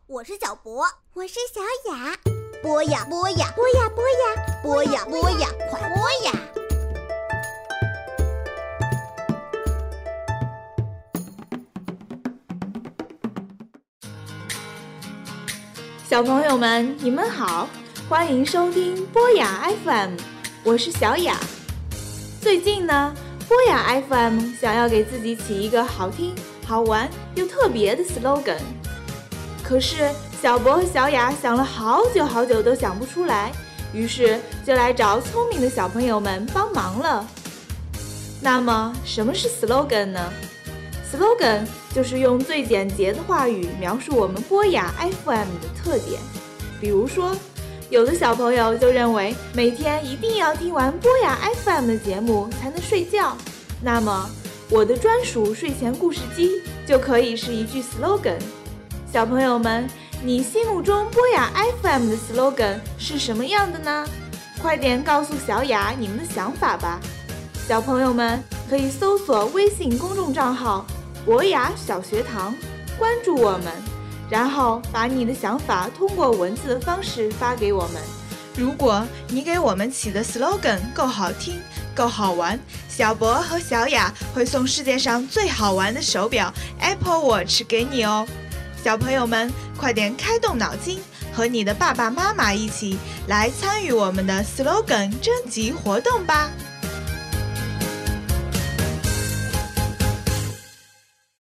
我是小博， 我是小雅。 播呀播呀， 播呀播呀， 播呀播呀，快播呀！ 小朋友们，你们好，欢迎收听播雅 FM， 我是小雅。最近呢，播雅 FM 想要给自己起一个好听、好玩又特别的 slogan， 可是小博和小雅想了好久都想不出来，于是就来找聪明的小朋友们帮忙了。那么什么是 slogan 呢？ slogan 就是用最简洁的话语描述我们播雅 FM 的特点。比如说，有的小朋友就认为每天一定要听完播雅 FM 的节目才能睡觉，那么我的专属睡前故事机就可以是一句 slogan。 小朋友们，你心目中播雅 FM 的 slogan 是什么样的呢？快点告诉小雅你们的想法吧。小朋友们可以搜索微信公众账号博雅小学堂，关注我们，然后把你的想法通过文字的方式发给我们。 如果你给我们起的 slogan 够好听够好玩，小博和小雅会送世界上最好玩的手表 Apple Watch 给你哦。小朋友们快点开动脑筋，和你的爸爸妈妈一起来参与我们的 slogan 征集活动吧。